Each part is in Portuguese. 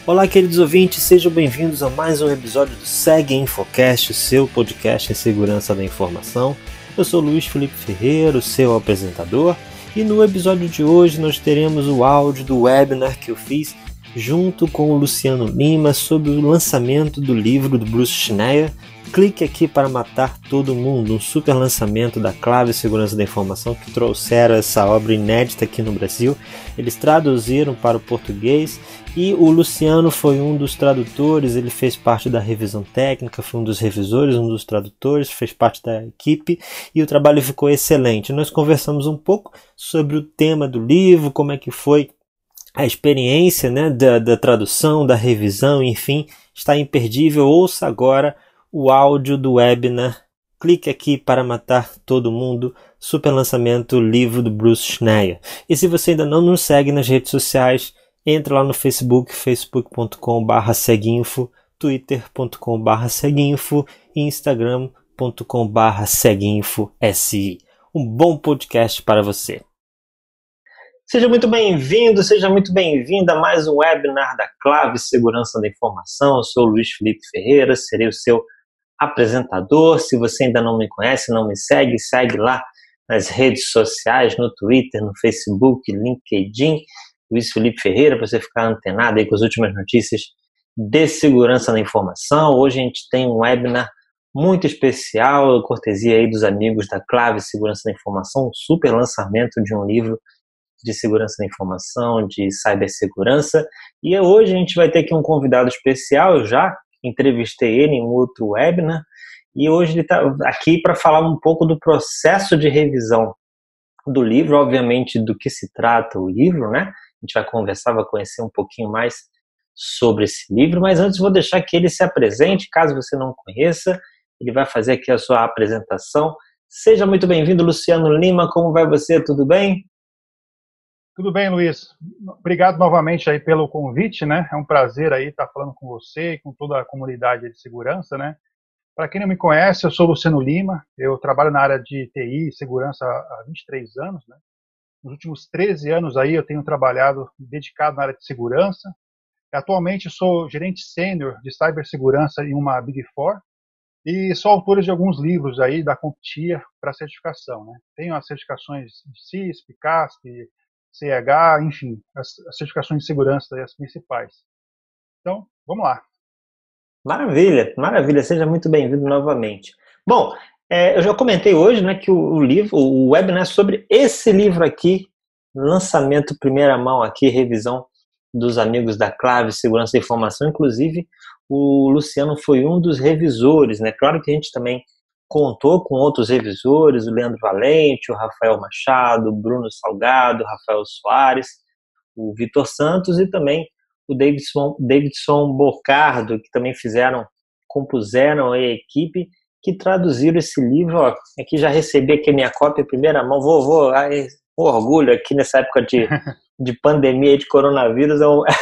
Olá, queridos ouvintes, sejam bem-vindos a mais um episódio do Segue Infocast, o seu podcast em segurança da informação. Eu sou Luiz Felipe Ferreira, o seu apresentador, e no episódio de hoje nós teremos o áudio do webinar que eu fiz junto com o Luciano Lima sobre o lançamento do livro do Bruce Schneier, Clique Aqui para Matar Todo Mundo, um super lançamento da Clave Segurança da Informação que trouxeram essa obra inédita aqui no Brasil. Eles traduziram para o português e o Luciano foi um dos tradutores, ele fez parte da revisão técnica, foi um dos revisores, um dos tradutores, fez parte da equipe e o trabalho ficou excelente. Nós conversamos um pouco sobre o tema do livro, como é que foi a experiência, né, da tradução, da revisão, enfim, está imperdível. Ouça agora o áudio do webinar Clique Aqui para Matar Todo Mundo, super lançamento livro do Bruce Schneier. E se você ainda não nos segue nas redes sociais, entre lá no Facebook, facebook.com/seguinfo, twitter.com/seguinfo e instagram.com/seguinfosi. Um bom podcast para você. Seja muito bem-vindo, seja muito bem-vinda a mais um webinar da Clave Segurança da Informação. Eu sou o Luiz Felipe Ferreira, serei o seu apresentador. Se você ainda não me conhece, não me segue, segue lá nas redes sociais, no Twitter, no Facebook, LinkedIn, Luiz Felipe Ferreira, para você ficar antenado aí com as últimas notícias de segurança da informação. Hoje a gente tem um webinar muito especial, cortesia aí dos amigos da Clave Segurança da Informação, um super lançamento de um livro de segurança da informação, de cibersegurança. E hoje a gente vai ter aqui um convidado especial. Eu já entrevistei ele em um outro webinar e hoje ele está aqui para falar um pouco do processo de revisão do livro, obviamente do que se trata o livro, né? A gente vai conversar, vai conhecer um pouquinho mais sobre esse livro, mas antes vou deixar que ele se apresente, caso você não conheça, ele vai fazer aqui a sua apresentação. Seja muito bem-vindo, Luciano Lima, como vai você? Tudo bem? Tudo bem, Luiz. Obrigado novamente aí pelo convite, né? É um prazer aí estar falando com você e com toda a comunidade de segurança, né? Para quem não me conhece, eu sou Luciano Lima, eu trabalho na área de TI e segurança há 23 anos, né? Nos últimos 13 anos aí eu tenho trabalhado dedicado na área de segurança. Atualmente sou gerente sênior de cibersegurança em uma Big Four e sou autor de alguns livros aí da CompTIA para certificação, né? Tenho as certificações de CISP, CASP, CH, enfim, as certificações de segurança, as principais. Então, vamos lá. Maravilha, maravilha, seja muito bem-vindo novamente. Bom, eu já comentei hoje, né, que o livro, o webinar é sobre esse livro aqui, lançamento primeira mão aqui, revisão dos amigos da Clave Segurança da Informação. Inclusive, o Luciano foi um dos revisores, né? Claro que a gente também contou com outros revisores, o Leandro Valente, o Rafael Machado, o Bruno Salgado, o Rafael Soares, o Vitor Santos e também o Davidson Bocardo, que também compuseram a equipe, que traduziram esse livro. Ó, aqui já recebi aqui a minha cópia em primeira mão, um orgulho aqui nessa época de pandemia e de coronavírus,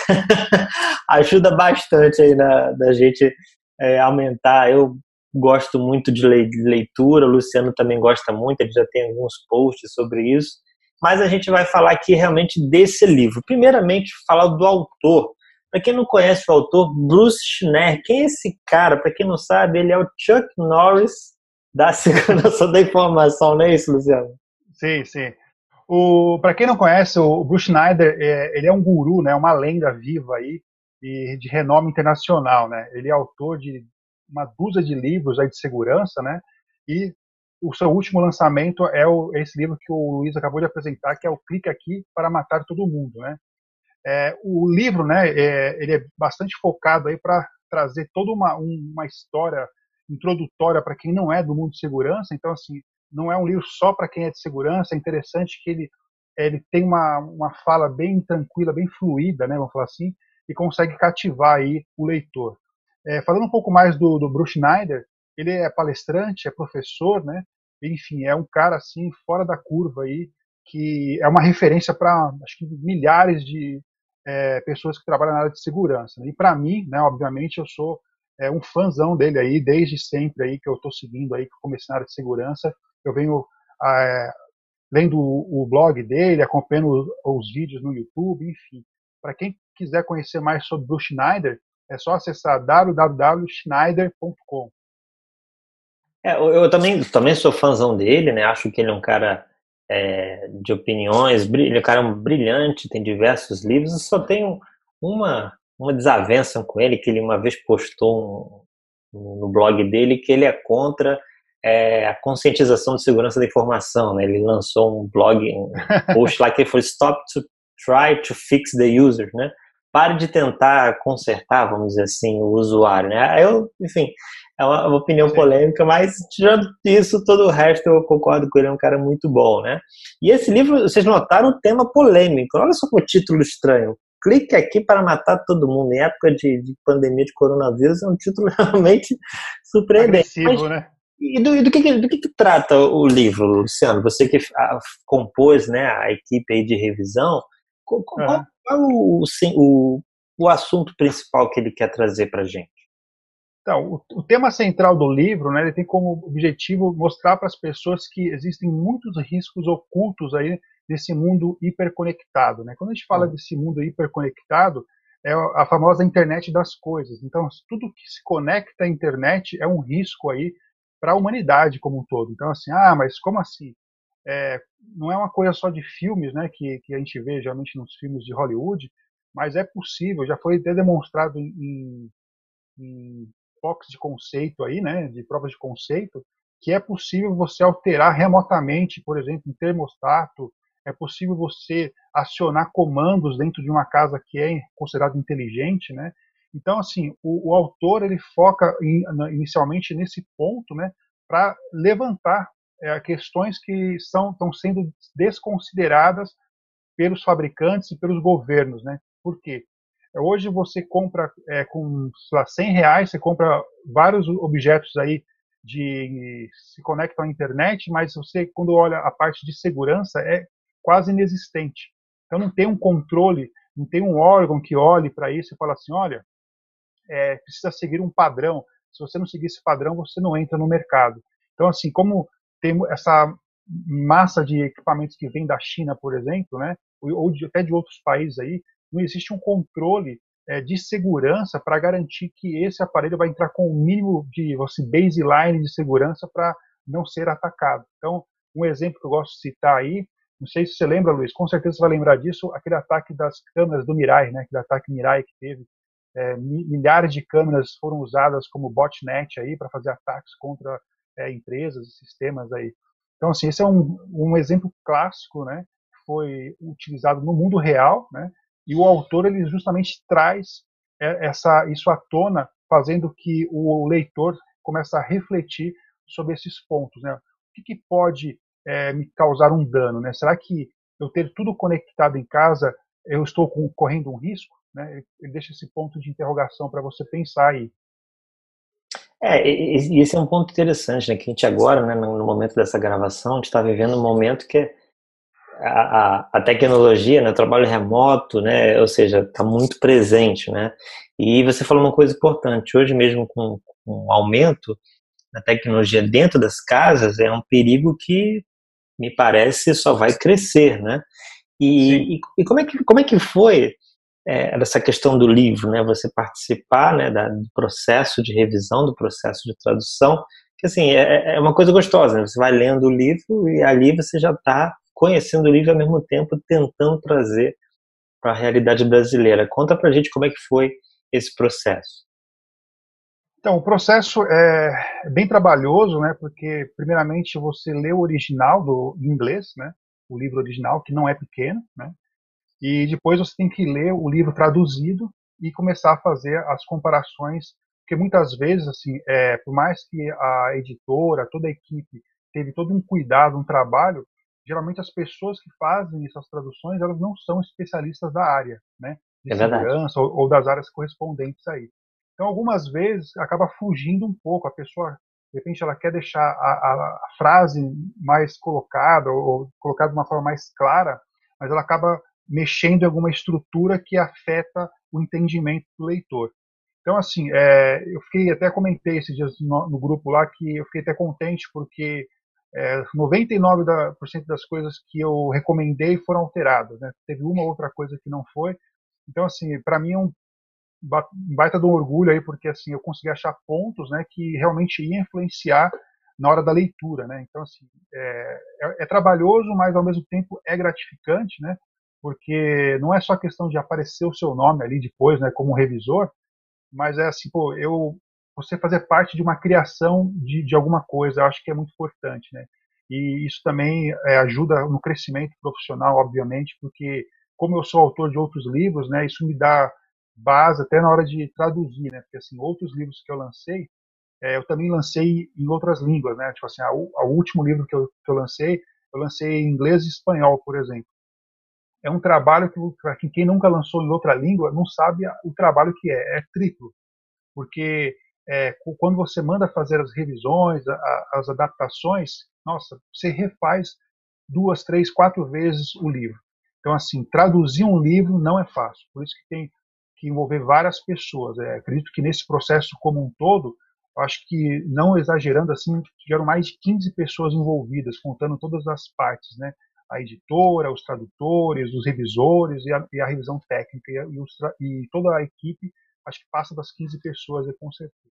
ajuda bastante aí da gente aumentar. Eu gosto muito de leitura, o Luciano também gosta muito, ele já tem alguns posts sobre isso, mas a gente vai falar aqui realmente desse livro. Primeiramente, falar do autor. Para quem não conhece o autor, Bruce Schneier, quem é esse cara? Para quem não sabe, ele é o Chuck Norris da segurança da informação, não é isso, Luciano? Sim, sim. Para quem não conhece, o Bruce Schneier, ele é um guru, né, uma lenda viva aí, e de renome internacional, né? Ele é autor de uma dúzia de livros aí de segurança, né? E o seu último lançamento é esse livro que o Luiz acabou de apresentar, que é o Clique Aqui para Matar Todo Mundo, né? O livro, né, ele é bastante focado aí para trazer toda uma história introdutória para quem não é do mundo de segurança. Então, assim, não é um livro só para quem é de segurança. É interessante que ele tem uma fala bem tranquila, bem fluida, né, vamos falar assim, e consegue cativar aí o leitor. Falando um pouco mais do Bruce Schneier, ele é palestrante, é professor, né? Enfim, é um cara assim fora da curva aí, que é uma referência para, acho que, milhares de pessoas que trabalham na área de segurança, né? E para mim, né, obviamente, eu sou um fãzão dele aí, desde sempre aí que eu estou seguindo aí, que eu comecei na área de segurança. Eu venho lendo o blog dele, acompanhando os vídeos no YouTube, enfim. Para quem quiser conhecer mais sobre Bruce Schneider, é só acessar www.schneider.com. Eu também sou fãzão dele, né? Acho que ele é um cara de opiniões, ele é um cara brilhante, tem diversos livros. Eu só tenho uma desavença com ele, que ele uma vez postou no blog dele que ele é contra a conscientização de segurança da informação, né? Ele lançou um blog, um post lá que ele falou Stop to try to fix the user, né? Pare de tentar consertar, vamos dizer assim, o usuário, né? Enfim, é uma opinião polêmica, mas tirando isso, todo o resto eu concordo com ele, é um cara muito bom, né? E esse livro, vocês notaram o tema polêmico, olha só o título estranho. Clique aqui para matar todo mundo. Em época de pandemia de coronavírus, é um título realmente surpreendente. Agressivo, Mas, né? e do que trata o livro, Luciano? Você que compôs, né, a equipe aí de revisão, qual Uhum. é o assunto principal que ele quer trazer para a gente? Então, o tema central do livro, né, ele tem como objetivo mostrar para as pessoas que existem muitos riscos ocultos aí nesse mundo hiperconectado, né? Quando a gente fala desse mundo hiperconectado, é a famosa internet das coisas. Então, tudo que se conecta à internet é um risco aí para a humanidade como um todo. Então, assim, mas como assim? Não é uma coisa só de filmes, né, que a gente vê geralmente nos filmes de Hollywood, mas é possível, já foi até demonstrado em POCs de conceito aí, né, de provas de conceito, que é possível você alterar remotamente, por exemplo, um termostato, é possível você acionar comandos dentro de uma casa que é considerada inteligente, né? Então, assim, o autor ele foca inicialmente nesse ponto, né, para levantar questões que estão sendo desconsideradas pelos fabricantes e pelos governos, né? Por quê? Hoje você compra com, sei lá, R$ 100, você compra vários objetos aí se conectam à internet, mas você, quando olha a parte de segurança, é quase inexistente. Então não tem um controle, não tem um órgão que olhe para isso e fala assim, olha, precisa seguir um padrão. Se você não seguir esse padrão, você não entra no mercado. Então, assim, como tem essa massa de equipamentos que vem da China, por exemplo, né, ou até de outros países aí, não existe um controle de segurança para garantir que esse aparelho vai entrar com o mínimo de baseline de segurança para não ser atacado. Então, um exemplo que eu gosto de citar aí, não sei se você lembra, Luiz, com certeza você vai lembrar disso, aquele ataque das câmeras do Mirai, né, aquele ataque Mirai que teve milhares de câmeras foram usadas como botnet aí para fazer ataques contra empresas e sistemas aí. Então, assim, esse é um exemplo clássico, né, que foi utilizado no mundo real, né, e o autor ele justamente traz isso à tona, fazendo que o leitor comece a refletir sobre esses pontos, né? O que pode me causar um dano, né? Será que eu ter tudo conectado em casa, eu estou correndo um risco? Né? Ele deixa esse ponto de interrogação para você pensar aí. E esse é um ponto interessante, né? Que a gente agora, né, no momento dessa gravação, a gente está vivendo um momento que a tecnologia, né, o trabalho remoto, né, ou seja, está muito presente, né? E você falou uma coisa importante, hoje mesmo com o aumento da tecnologia dentro das casas, é um perigo que me parece só vai crescer, né? E como é que foi essa questão do livro, né? Você participar, né, do processo de revisão, do processo de tradução, que assim é uma coisa gostosa, né? Você vai lendo o livro e ali você já está conhecendo o livro ao mesmo tempo tentando trazer para a realidade brasileira. Conta para a gente como é que foi esse processo. Então, o processo é bem trabalhoso, né? Porque primeiramente você lê o original em inglês, né? O livro original que não é pequeno, né? E depois você tem que ler o livro traduzido e começar a fazer as comparações, porque muitas vezes, assim, por mais que a editora, toda a equipe teve todo um cuidado, um trabalho, geralmente as pessoas que fazem essas traduções, elas não são especialistas da área, né, de É verdade. segurança ou das áreas correspondentes aí. Então, algumas vezes, acaba fugindo um pouco, a pessoa, de repente, ela quer deixar a frase mais colocada ou colocada de uma forma mais clara, mas ela acaba mexendo em alguma estrutura que afeta o entendimento do leitor. Então, assim, eu até comentei esses dias no grupo lá que eu fiquei até contente porque 99% das coisas que eu recomendei foram alteradas, né? Teve uma outra coisa que não foi, Então, assim, para mim é um baita de um orgulho aí, porque assim, eu consegui achar pontos, né, que realmente ia influenciar na hora da leitura, né? Então, assim, é trabalhoso, mas ao mesmo tempo é gratificante, né? Porque não é só questão de aparecer o seu nome ali depois, né, como revisor, mas é assim, pô, você fazer parte de uma criação de alguma coisa, eu acho que é muito importante, né? E isso também ajuda no crescimento profissional, obviamente, porque como eu sou autor de outros livros, né, isso me dá base até na hora de traduzir, né? Porque assim, outros livros que eu lancei, eu também lancei em outras línguas, né? Tipo assim, o último livro que eu lancei em inglês e espanhol, por exemplo. É um trabalho que, para quem nunca lançou em outra língua, não sabe o trabalho que é triplo, porque quando você manda fazer as revisões, as adaptações, nossa, você refaz 2, 3, 4 vezes o livro. Então, assim, traduzir um livro não é fácil, por isso que tem que envolver várias pessoas. Acredito que nesse processo como um todo, eu acho que, não exagerando assim, tiveram mais de 15 pessoas envolvidas, contando todas as partes, né? A editora, os tradutores, os revisores e a revisão técnica e toda a equipe, acho que passa das 15 pessoas, com certeza.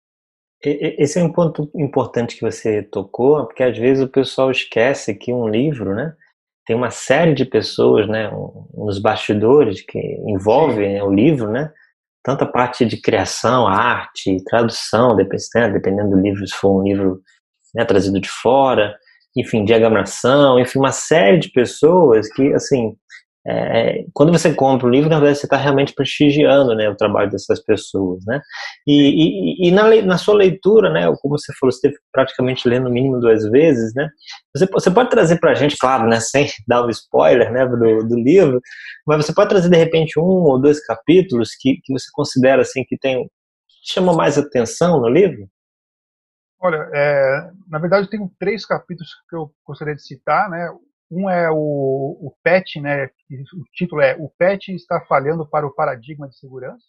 Esse é um ponto importante que você tocou, porque às vezes o pessoal esquece que um livro, né, tem uma série de pessoas, né, nos bastidores que Sim, envolvem, né, o livro, né, tanto a parte de criação, arte, tradução, dependendo do livro, se for um livro, né, trazido de fora, enfim, diagramação, enfim, uma série de pessoas que, assim, quando você compra o livro, na verdade você está realmente prestigiando, né, o trabalho dessas pessoas, né? sim. Na sua leitura, né, como você falou, você teve praticamente lendo no mínimo 2 vezes, né? Você pode trazer para a gente, claro, né, sem dar o spoiler, né, do livro, mas você pode trazer de repente 1 ou 2 capítulos que você considera assim que chamam mais atenção no livro? Olha, na verdade, eu tenho 3 capítulos que eu gostaria de citar, né? Um é o PET, né? O título é O PET está falhando para o paradigma de segurança.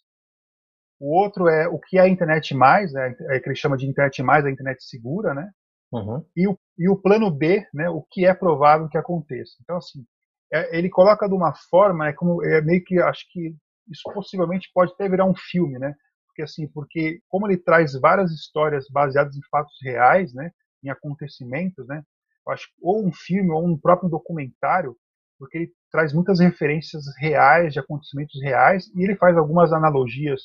O outro é o que é a internet mais, né? Que ele chama de internet mais, a internet segura, né? Uhum. E o plano B, né? O que é provável que aconteça. Então, assim, ele coloca de uma forma, meio que, acho que isso possivelmente pode até virar um filme, né? Porque como ele traz várias histórias baseadas em fatos reais, né? Em acontecimentos, né? Eu acho ou um filme ou um próprio documentário, porque ele traz muitas referências reais de acontecimentos reais e ele faz algumas analogias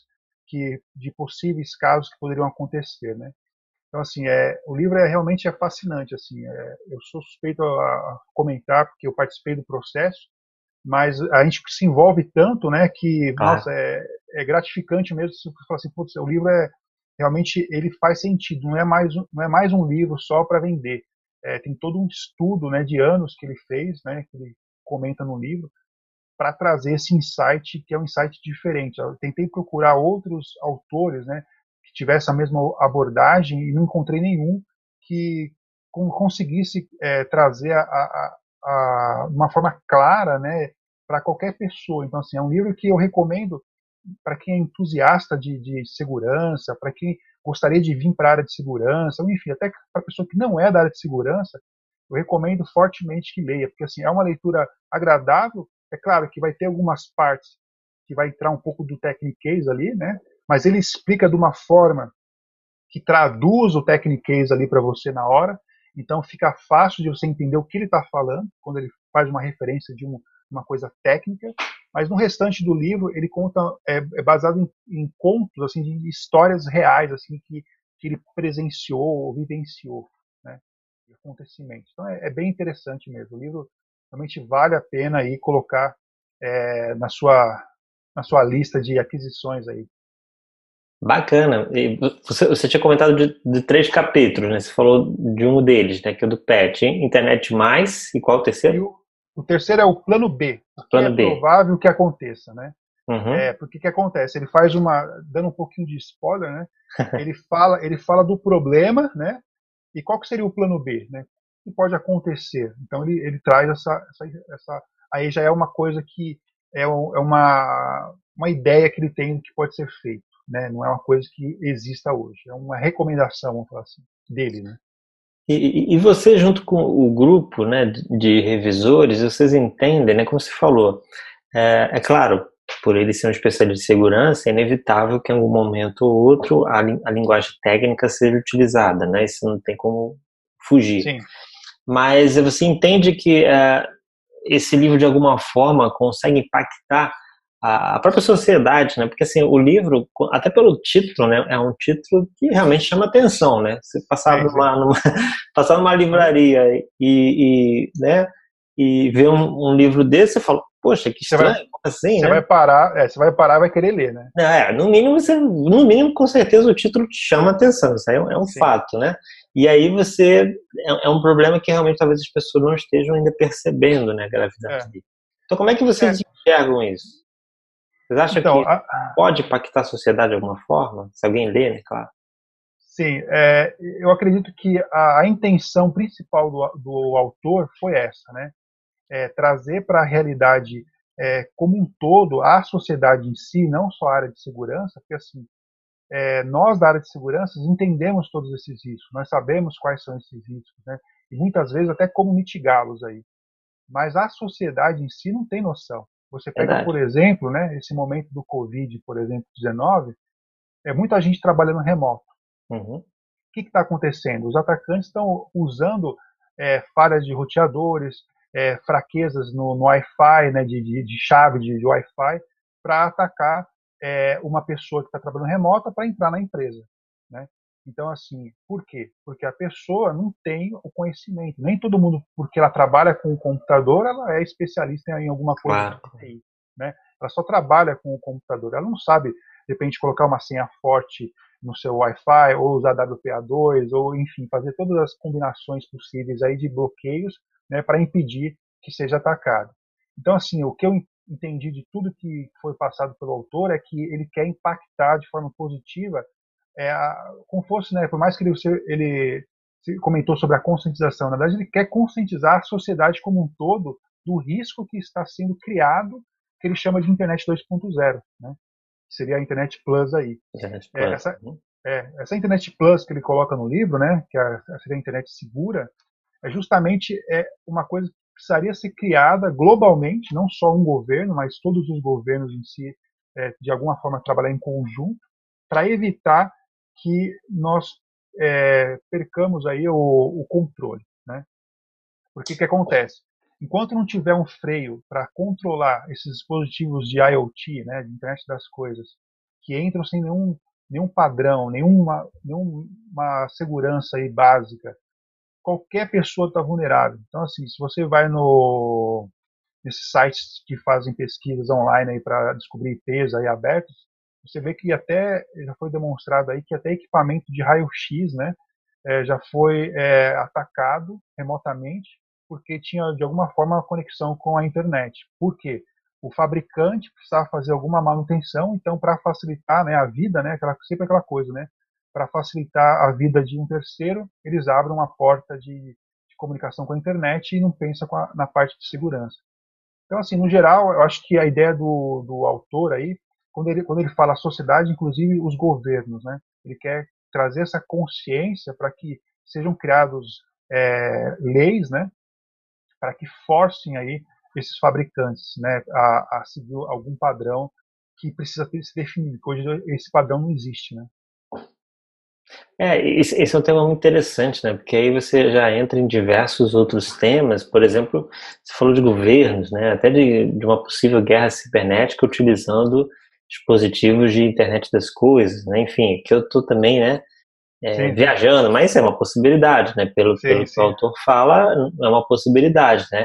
de possíveis casos que poderiam acontecer, né? Então, assim, o livro realmente fascinante, assim, eu sou suspeito a comentar porque eu participei do processo, mas a gente se envolve tanto, né, que, Claro. nossa, é gratificante mesmo se você falar assim, putz, o livro realmente, ele faz sentido, não é mais um livro só para vender, tem todo um estudo, né, de anos que ele fez, né, que ele comenta no livro, para trazer esse insight, que é um insight diferente. Eu tentei procurar outros autores, né, que tivessem a mesma abordagem e não encontrei nenhum que conseguisse trazer uma forma clara, né, para qualquer pessoa. Então, assim, é um livro que eu recomendo para quem é entusiasta de segurança, para quem gostaria de vir para a área de segurança, ou enfim, até para a pessoa que não é da área de segurança, eu recomendo fortemente que leia, porque assim, é uma leitura agradável. É claro que vai ter algumas partes que vai entrar um pouco do techniquez ali, né? Mas ele explica de uma forma que traduz o techniquez ali para você na hora, então fica fácil de você entender o que ele está falando quando ele faz uma referência de uma coisa técnica. Mas no restante do livro ele conta baseado em contos assim de histórias reais assim que ele presenciou ou vivenciou, né? De acontecimentos. Então é bem interessante mesmo. O livro realmente vale a pena aí colocar na sua lista de aquisições aí. Bacana. E você tinha comentado de 3 capítulos, né? Você falou de um deles, né? Que é o do PET, hein? Internet Mais, e qual o E terceiro? o terceiro é o plano B, o que é Plano B. provável que aconteça, né? Uhum. Porque que acontece? Ele faz dando um pouquinho de spoiler, né? Ele fala do problema, né? E qual que seria o plano B, né? O que pode acontecer? Então ele traz aí já é uma coisa que é uma ideia que ele tem do que pode ser feito, né? Não é uma coisa que exista hoje, é uma recomendação, vamos falar assim, dele, né? E você, junto com o grupo, né, de revisores, vocês entendem, né, como você falou, é claro, por ele ser um especialista de segurança, é inevitável que em algum momento ou outro a linguagem técnica seja utilizada, né? Isso não tem como fugir. Sim. Mas você entende que esse livro, de alguma forma, consegue impactar a própria sociedade, né? Porque, assim, o livro, até pelo título, né? É um título que realmente chama atenção, né? Você passar passar numa livraria né? E ver um livro desse, você fala, poxa, que estranho, como assim, né? Você vai parar e vai querer ler, né? No mínimo, com certeza o título te chama atenção, isso aí é um fato, né? E aí é um problema que realmente talvez as pessoas não estejam ainda percebendo, né, a gravidade dele. Então, como é que vocês enxergam isso? Vocês acham que pode impactar a sociedade de alguma forma? Se alguém lê, né, claro. Sim, eu acredito que a intenção principal do autor foi essa, né? Trazer para a realidade como um todo, a sociedade em si, não só a área de segurança, porque assim, nós da área de segurança entendemos todos esses riscos, nós sabemos quais são esses riscos, né? E muitas vezes até como mitigá-los aí. Mas a sociedade em si não tem noção. Você pega, por exemplo, né, esse momento do Covid, por exemplo, 19, muita gente trabalhando remoto. Uhum. O que está acontecendo? Os atacantes estão usando falhas de roteadores, fraquezas no Wi-Fi, né, de chave de Wi-Fi, para atacar uma pessoa que está trabalhando remota para entrar na empresa, né? Então, assim, por quê? Porque a pessoa não tem o conhecimento. Nem todo mundo, porque ela trabalha com o computador, ela é especialista em alguma coisa de TI, né? Ela só trabalha com o computador. Ela não sabe, de repente, colocar uma senha forte no seu Wi-Fi, ou usar WPA2, ou, enfim, fazer todas as combinações possíveis aí de bloqueios, né, para impedir que seja atacado. Então, assim, o que eu entendi de tudo que foi passado pelo autor é que ele quer impactar de forma positiva, como fosse, né, por mais que ele comentou sobre a conscientização, na verdade ele quer conscientizar a sociedade como um todo do risco que está sendo criado, que ele chama de Internet 2.0, né? Seria a Internet Plus aí. Internet Plus. Essa Internet Plus que ele coloca no livro, né, que seria a internet segura, é justamente uma coisa que precisaria ser criada globalmente, não só um governo, mas todos os governos em si, de alguma forma trabalhar em conjunto, para evitar que nós percamos aí o controle, né? Porque que acontece? Enquanto não tiver um freio para controlar esses dispositivos de IoT, né, de internet das coisas, que entram sem nenhum padrão, nenhuma segurança aí básica, qualquer pessoa está vulnerável. Então, assim, se você vai nesses sites que fazem pesquisas online aí para descobrir IPs aí abertos, você vê que já foi demonstrado aí que até equipamento de raio-x, né, já foi atacado remotamente porque tinha de alguma forma uma conexão com a internet. Por quê? O fabricante precisava fazer alguma manutenção, então para facilitar, né, a vida, né, sempre aquela coisa, né, para facilitar a vida de um terceiro, eles abrem uma porta de comunicação com a internet e não pensam na parte de segurança. Então, assim, no geral, eu acho que a ideia do autor aí, quando ele fala a sociedade, inclusive os governos, né, ele quer trazer essa consciência para que sejam criados leis, né, para que forcem aí esses fabricantes, né, a seguir algum padrão que precisa se definir, porque hoje esse padrão não existe, né? Esse é um tema muito interessante, né? Porque aí você já entra em diversos outros temas. Por exemplo, você falou de governos, né? Até de uma possível guerra cibernética utilizando dispositivos de internet das coisas, né? Enfim, que eu estou também, né? Viajando, mas é uma possibilidade, né? Pelo que o autor fala, é uma possibilidade, né?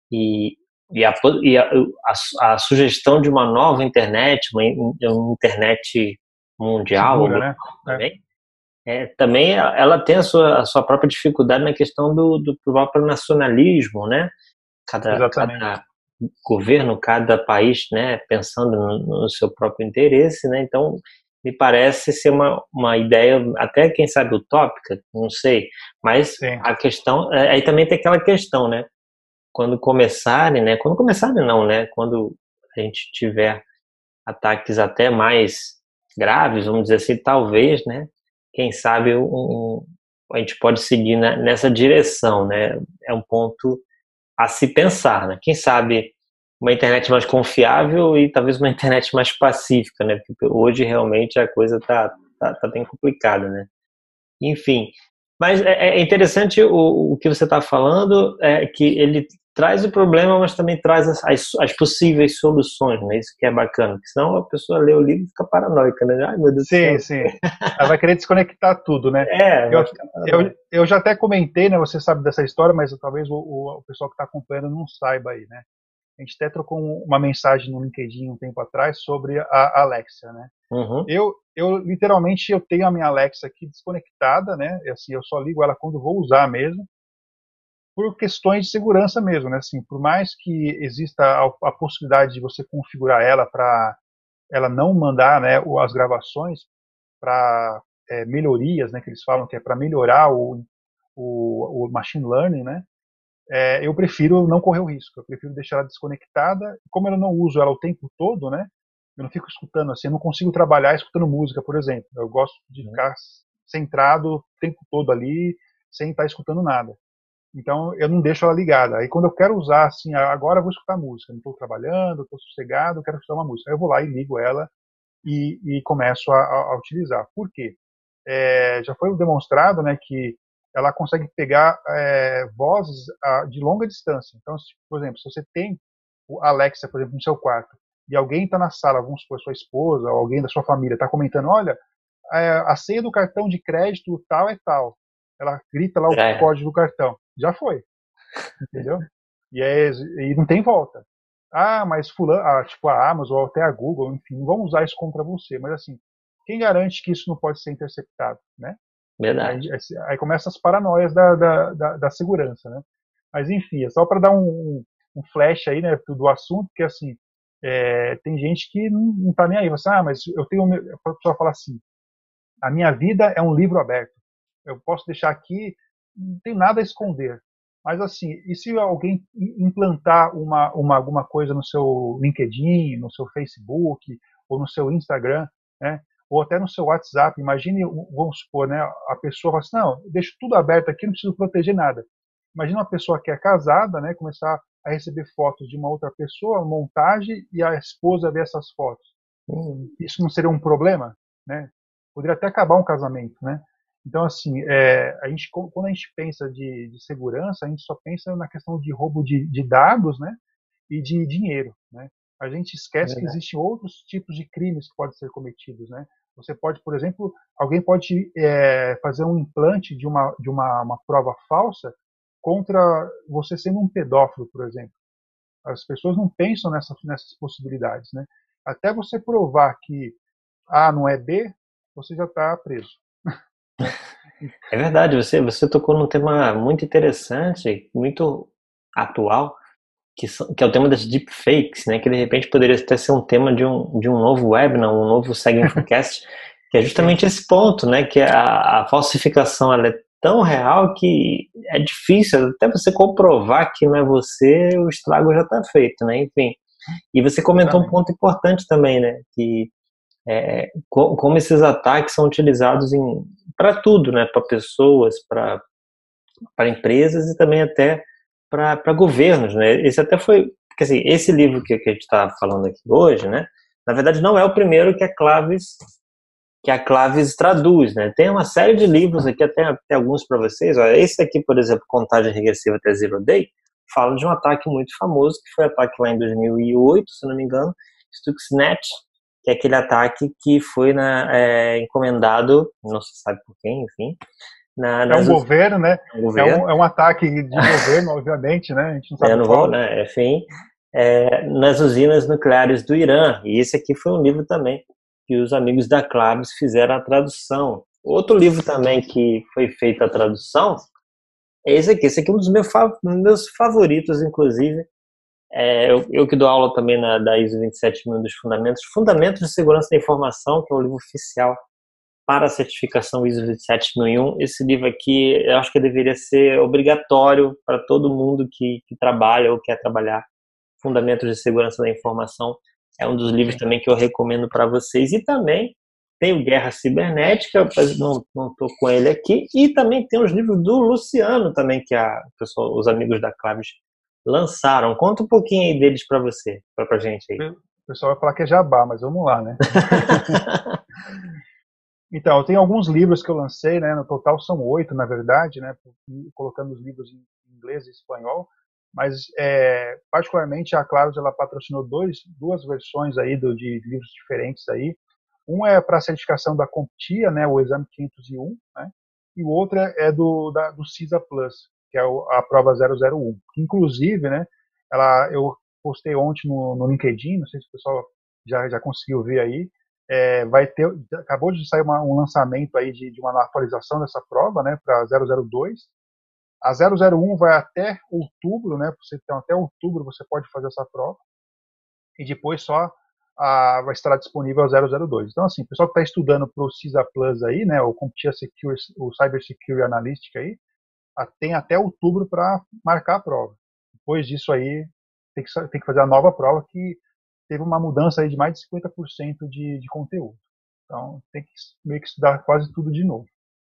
A sugestão de uma nova internet, uma internet mundial, segura, né? Também. Também ela tem a sua própria dificuldade na questão do próprio nacionalismo, né? Cada governo, cada país, né, pensando no seu próprio interesse, né? Então, me parece ser uma ideia, até quem sabe utópica, não sei, mas a questão, aí também tem aquela questão, né? Quando começarem não, né? Quando a gente tiver ataques até mais graves, vamos dizer assim, talvez, né? Quem sabe a gente pode seguir nessa direção, né? É um ponto a se pensar, né? Quem sabe uma internet mais confiável e talvez uma internet mais pacífica, né? Porque hoje realmente a coisa tá bem complicada, né? Enfim, mas é interessante o que você está falando, é que ele traz o problema, mas também traz as possíveis soluções, né? Isso que é bacana, porque senão a pessoa lê o livro e fica paranoica, né? Ai, meu Deus do Sim, céu. sim. Ela vai querer desconectar tudo, né? Vai Eu, ficar paranoica. eu já até comentei, né? Você sabe dessa história, mas talvez o pessoal que está acompanhando não saiba aí, né? A gente até trocou uma mensagem no LinkedIn um tempo atrás sobre a Alexia, né? Uhum, Eu literalmente eu tenho a minha Alexa aqui desconectada, né? E, assim, eu só ligo ela quando vou usar mesmo, por questões de segurança mesmo, né? Assim, por mais que exista a possibilidade de você configurar ela para ela não mandar, né, as gravações para melhorias, né, que eles falam que é para melhorar o machine learning, né? Eu prefiro não correr o risco, eu prefiro deixar ela desconectada. Como eu não uso ela o tempo todo, né? Eu não fico escutando assim, eu não consigo trabalhar escutando música, por exemplo. Eu gosto de uhum. ficar centrado o tempo todo ali, sem estar escutando nada. Então eu não deixo ela ligada. Aí quando eu quero usar assim, agora eu vou escutar música, não estou trabalhando, estou sossegado, quero escutar uma música. Aí eu vou lá e ligo ela e começo a utilizar. Por quê? Já foi demonstrado, né, que ela consegue pegar vozes de longa distância. Então, por exemplo, se você tem o Alexa, por exemplo, no seu quarto, e alguém está na sala, vamos supor, sua esposa ou alguém da sua família está comentando, olha, a senha do cartão de crédito tal é tal. Ela grita lá o Já é. código do cartão. Já foi, entendeu? E não tem volta. Ah, mas fulano, tipo a Amazon ou até a Google, enfim, não vão usar isso contra você. Mas assim, quem garante que isso não pode ser interceptado, né? Verdade. Aí começam as paranoias da segurança, né? Mas enfim, é só para dar um flash aí, né, do assunto, que assim, tem gente que não tá nem aí. Você, mas eu tenho, a pessoa fala assim, a minha vida é um livro aberto. Eu posso deixar aqui, não tem nada a esconder. Mas assim, e se alguém implantar alguma coisa no seu LinkedIn, no seu Facebook, ou no seu Instagram, né? Ou até no seu WhatsApp, imagine, vamos supor, né? A pessoa fala assim, não, deixo tudo aberto aqui, não preciso proteger nada. Imagina uma pessoa que é casada, né? Começar a receber fotos de uma outra pessoa, montagem, e a esposa ver essas fotos. Hum, Isso não seria um problema, né? Poderia até acabar um casamento, né? Então, assim, quando a gente pensa de segurança, a gente só pensa na questão de roubo de dados, né? E de dinheiro, né? A gente esquece que verdade. existem outros tipos de crimes que podem ser cometidos, né? Você pode, por exemplo, alguém pode fazer um implante de uma prova falsa contra você sendo um pedófilo, por exemplo. As pessoas não pensam nessas possibilidades, né? Até você provar que A não é B, você já está preso, né? É verdade, você tocou num tema muito interessante, muito atual, que é o tema das deepfakes, né? Que de repente poderia até ser um tema de um novo webinar, um novo Seg Infocast, que é Sim, justamente esse ponto, né? Que a falsificação ela é tão real que é difícil até você comprovar que não é você, o estrago já está feito, né? Enfim. E você comentou um exatamente. ponto importante também, né? Que como esses ataques são utilizados para tudo, né? Para pessoas, para empresas e também até para governos, né? Esse até foi, porque assim, esse livro que a gente está falando aqui hoje, né? Na verdade, não é o primeiro que a Claves traduz, né? Tem uma série de livros aqui, até alguns para vocês. Olha, esse aqui, por exemplo, Contagem Regressiva até Zero Day, fala de um ataque muito famoso, que foi o ataque lá em 2008, se não me engano, Stuxnet, que é aquele ataque que foi encomendado, não se sabe por quem, enfim, É um nas usinas governo, né? do governo, É um ataque de governo, obviamente, né? A gente não né, sabe não vou, qual. né, enfim, nas usinas nucleares do Irã. E esse aqui foi um livro também que os amigos da Claves fizeram a tradução. Outro livro também que foi feita a tradução é esse aqui. Esse aqui é um dos meus favoritos, inclusive. Eu que dou aula também da ISO 27001 dos Fundamentos de Segurança da Informação, que é o livro oficial para a certificação ISO 27001. Esse livro aqui, eu acho que deveria ser obrigatório para todo mundo que trabalha ou quer trabalhar Fundamentos de Segurança da Informação. É um dos livros Sim. também que eu recomendo para vocês. E também tem o Guerra Cibernética, mas não estou com ele aqui. E também tem os livros do Luciano também, que os amigos da Claves lançaram. Conta um pouquinho aí deles para você, para gente aí. O pessoal vai falar que é jabá, mas vamos lá, né? Então, eu tenho alguns livros que eu lancei, né? No total são 8, na verdade, né? Colocando os livros em inglês e espanhol. Mas, particularmente, a Claros, ela patrocinou duas versões aí de livros diferentes aí. Um é para a certificação da CompTIA, né? O exame 501, né? E o outro é do CISA Plus, que é a prova 001. Que, inclusive, né? Eu postei ontem no LinkedIn, não sei se o pessoal já conseguiu ver aí, acabou de sair um lançamento aí de uma atualização dessa prova, né, para 002. A 001 vai até outubro, né, então até outubro você pode fazer essa prova, e depois só vai estar disponível a 002. Então, assim, o pessoal que está estudando para o CISA Plus aí, né, o CompTIA Secure, o Cyber Security Analytic aí, tem até outubro para marcar a prova. Depois disso aí, tem que fazer a nova prova, que teve uma mudança aí de mais de 50% de conteúdo. Então, tem que meio que estudar quase tudo de novo.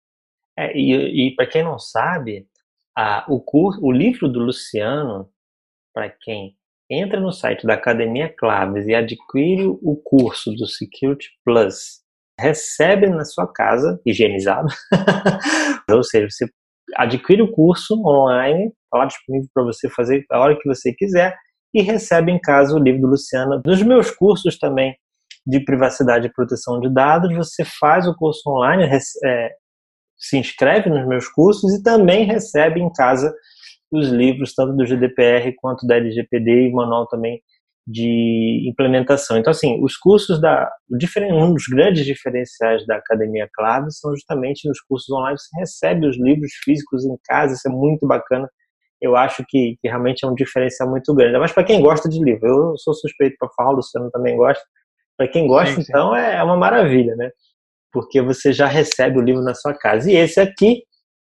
E para quem não sabe, o livro do Luciano, para quem entra no site da Academia Claves e adquire o curso do Security Plus, recebe na sua casa, higienizado, ou seja, você adquire o curso online, está lá disponível para você fazer a hora que você quiser, e recebe em casa o livro do Luciano. Nos meus cursos também de privacidade e proteção de dados, você faz o curso online, se inscreve nos meus cursos e também recebe em casa os livros, tanto do GDPR quanto da LGPD, e o manual também de implementação. Então, assim, os cursos um dos grandes diferenciais da Academia Claves são justamente nos cursos online, você recebe os livros físicos em casa, isso é muito bacana. Eu acho que realmente é um diferencial muito grande. Mas para quem gosta de livro, eu sou suspeito para falar, o Luciano também gosta. Para quem gosta, Sim, sim. então, é uma maravilha, né? Porque você já recebe o livro na sua casa. E esse aqui,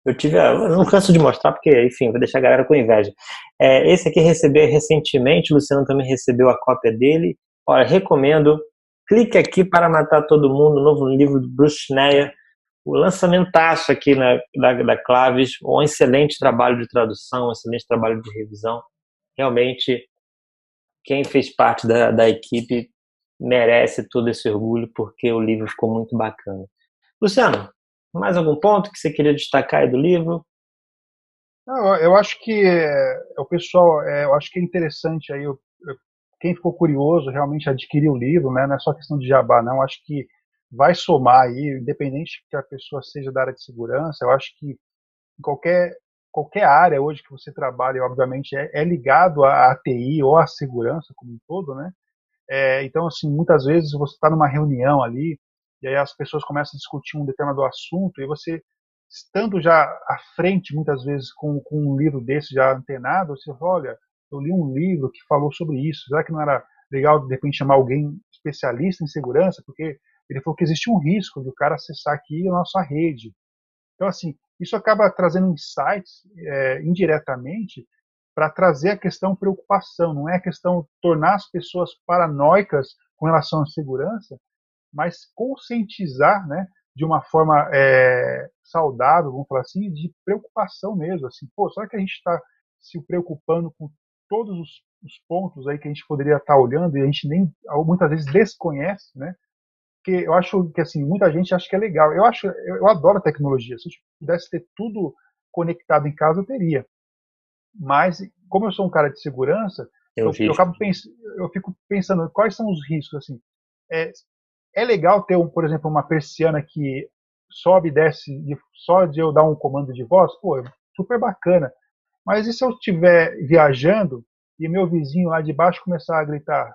eu não canso de mostrar, porque, enfim, vou deixar a galera com inveja. Esse aqui recebi recentemente, o Luciano também recebeu a cópia dele. Olha, recomendo. Clique aqui para matar todo mundo, novo livro do Bruce Schneier. O lançamentaço aqui da Claves, um excelente trabalho de tradução, um excelente trabalho de revisão. Realmente, quem fez parte da equipe merece todo esse orgulho, porque o livro ficou muito bacana. Luciano, mais algum ponto que você queria destacar aí do livro? Não, eu acho que o pessoal, eu acho que é interessante aí, quem ficou curioso realmente adquirir o livro, né? Não é só questão de jabá, não. Acho que vai somar aí, independente que a pessoa seja da área de segurança. Eu acho que em qualquer área hoje que você trabalha, obviamente, é ligado à TI ou à segurança como um todo, né? Então, assim, muitas vezes você está numa reunião ali, e aí as pessoas começam a discutir um determinado assunto, e você, estando já à frente, muitas vezes, com um livro desse já antenado, você fala, olha, eu li um livro que falou sobre isso, será que não era legal, de repente, chamar alguém especialista em segurança? Porque ele falou que existe um risco de o cara acessar aqui a nossa rede. Então, assim, isso acaba trazendo insights indiretamente para trazer a questão preocupação, não é a questão tornar as pessoas paranoicas com relação à segurança, mas conscientizar, né, de uma forma saudável, vamos falar assim, de preocupação mesmo, assim, pô, será que a gente está se preocupando com todos os pontos aí que a gente poderia estar olhando e a gente nem muitas vezes desconhece, né? Porque eu acho que assim muita gente acha que é legal. Eu adoro tecnologia. Se eu pudesse ter tudo conectado em casa, eu teria. Mas como eu sou um cara de segurança, Tem os riscos. eu fico pensando quais são os riscos assim. É, é legal ter por exemplo, uma persiana que sobe e desce só de eu dar um comando de voz, pô, super bacana. Mas e se eu estiver viajando e meu vizinho lá de baixo começar a gritar,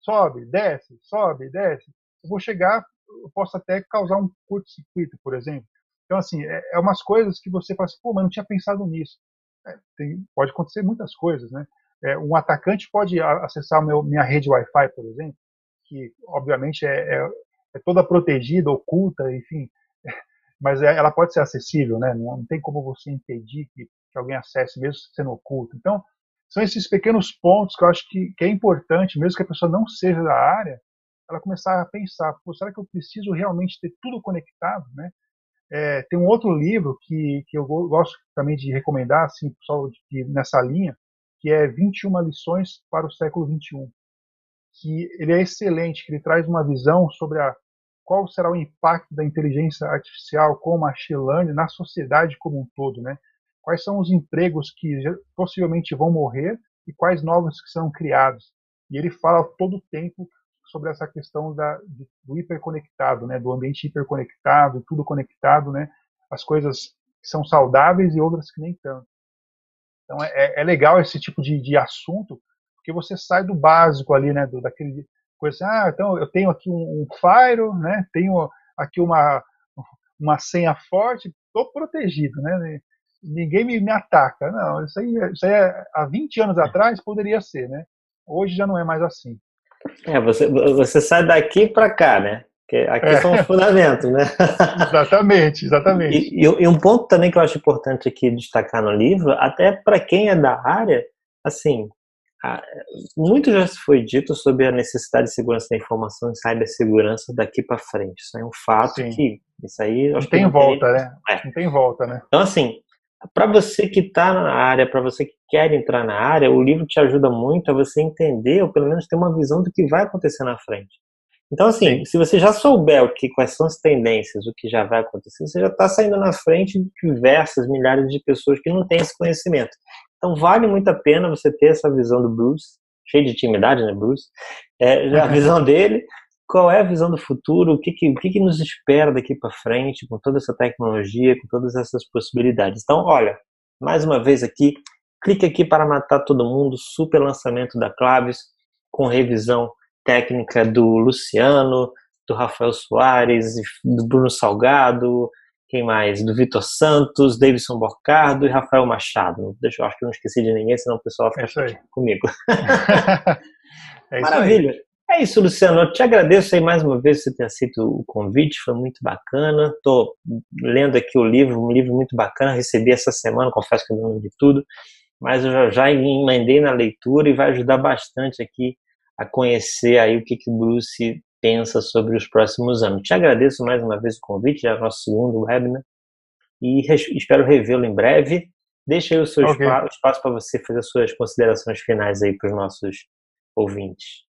sobe, desce, eu vou chegar, eu posso até causar um curto-circuito, por exemplo. Então, assim, umas coisas que você fala assim, pô, mas não tinha pensado nisso. Pode acontecer muitas coisas, né? Um atacante pode acessar minha rede Wi-Fi, por exemplo, que obviamente é toda protegida, oculta, enfim, mas ela pode ser acessível, né? Não tem como você impedir que alguém acesse, mesmo sendo oculto. Então, são esses pequenos pontos que eu acho que é importante, mesmo que a pessoa não seja da área, ela começar a pensar, pô, será que eu preciso realmente ter tudo conectado, né? Tem um outro livro que eu gosto também de recomendar, assim, pessoal nessa linha, que é 21 lições para o século XXI. Que ele é excelente, que ele traz uma visão sobre qual será o impacto da inteligência artificial com o machine learning na sociedade como um todo, né? Quais são os empregos que possivelmente vão morrer e quais novos que serão criados. E ele fala todo o tempo sobre essa questão do hiperconectado, né? Do ambiente hiperconectado, tudo conectado, né? As coisas que são saudáveis e outras que nem tanto. Então é legal esse tipo de assunto, porque você sai do básico ali, né? Daquele coisa assim, então eu tenho aqui um firewall, né? Tenho aqui uma senha forte, estou protegido, né? Ninguém me ataca. Não, isso aí há 20 anos atrás poderia ser, né? Hoje já não é mais assim. Você sai daqui para cá, né? Porque aqui são os fundamentos, né? Exatamente. E um ponto também que eu acho importante aqui destacar no livro, até para quem é da área, assim, muito já se foi dito sobre a necessidade de segurança da informação e cibersegurança daqui para frente. Isso é um fato. Sim. Que isso aí não tem volta, né? Não tem volta, né? Então, assim, para você que está na área, para você que quer entrar na área, o livro te ajuda muito a você entender, ou pelo menos ter uma visão do que vai acontecer na frente. Então, assim, sim, se você já souber quais são as tendências, o que já vai acontecer, você já está saindo na frente de diversas milhares de pessoas que não têm esse conhecimento. Então, vale muito a pena você ter essa visão do Bruce, cheio de intimidade, né, Bruce? A visão dele, qual é a visão do futuro, o que nos espera daqui para frente, com toda essa tecnologia, com todas essas possibilidades. Então, olha, mais uma vez aqui, clique aqui para matar todo mundo, super lançamento da Claves, com revisão técnica do Luciano, do Rafael Soares, do Bruno Salgado, quem mais? Do Vitor Santos, Davidson Borcardo e Rafael Machado. Eu acho que eu não esqueci de ninguém, senão o pessoal vai ficar comigo. Maravilha. É isso, Luciano. Eu te agradeço aí mais uma vez por você ter aceito o convite, foi muito bacana. Estou lendo aqui o livro, um livro muito bacana, recebi essa semana, confesso que eu não li tudo, mas eu já emendei na leitura e vai ajudar bastante aqui a conhecer aí o que o Bruce pensa sobre os próximos anos. Te agradeço mais uma vez o convite, já é o nosso segundo webinar, e espero revê-lo em breve. Deixa aí o seu espaço para você fazer as suas considerações finais aí para os nossos ouvintes.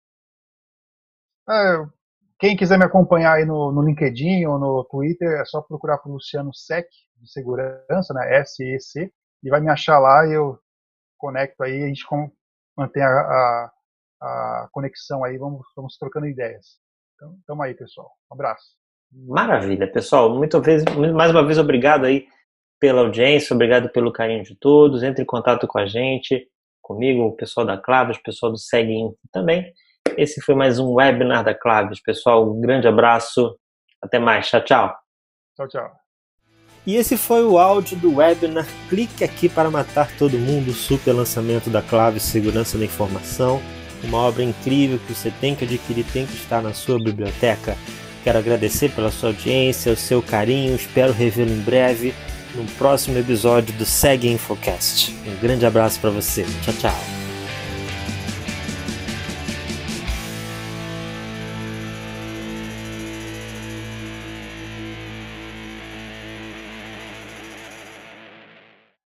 Quem quiser me acompanhar aí no LinkedIn ou no Twitter, é só procurar por Luciano Sec, de segurança, né, SEC, e vai me achar lá e eu conecto aí, a gente mantém a conexão aí, vamos trocando ideias. Então, tamo aí, pessoal. Um abraço. Maravilha, pessoal. Mais uma vez, obrigado aí pela audiência, obrigado pelo carinho de todos. Entre em contato com a gente, comigo, o pessoal da Claves, o pessoal do SegInfo também. Esse foi mais um webinar da Claves. Pessoal, um grande abraço. Até mais. Tchau, tchau. Tchau, tchau. E esse foi o áudio do webinar Clique Aqui para Matar Todo Mundo, super lançamento da Claves Segurança da Informação. Uma obra incrível que você tem que adquirir, tem que estar na sua biblioteca. Quero agradecer pela sua audiência, o seu carinho, espero revê-lo em breve no próximo episódio do SegInfoCast. Um grande abraço para você. Tchau, tchau.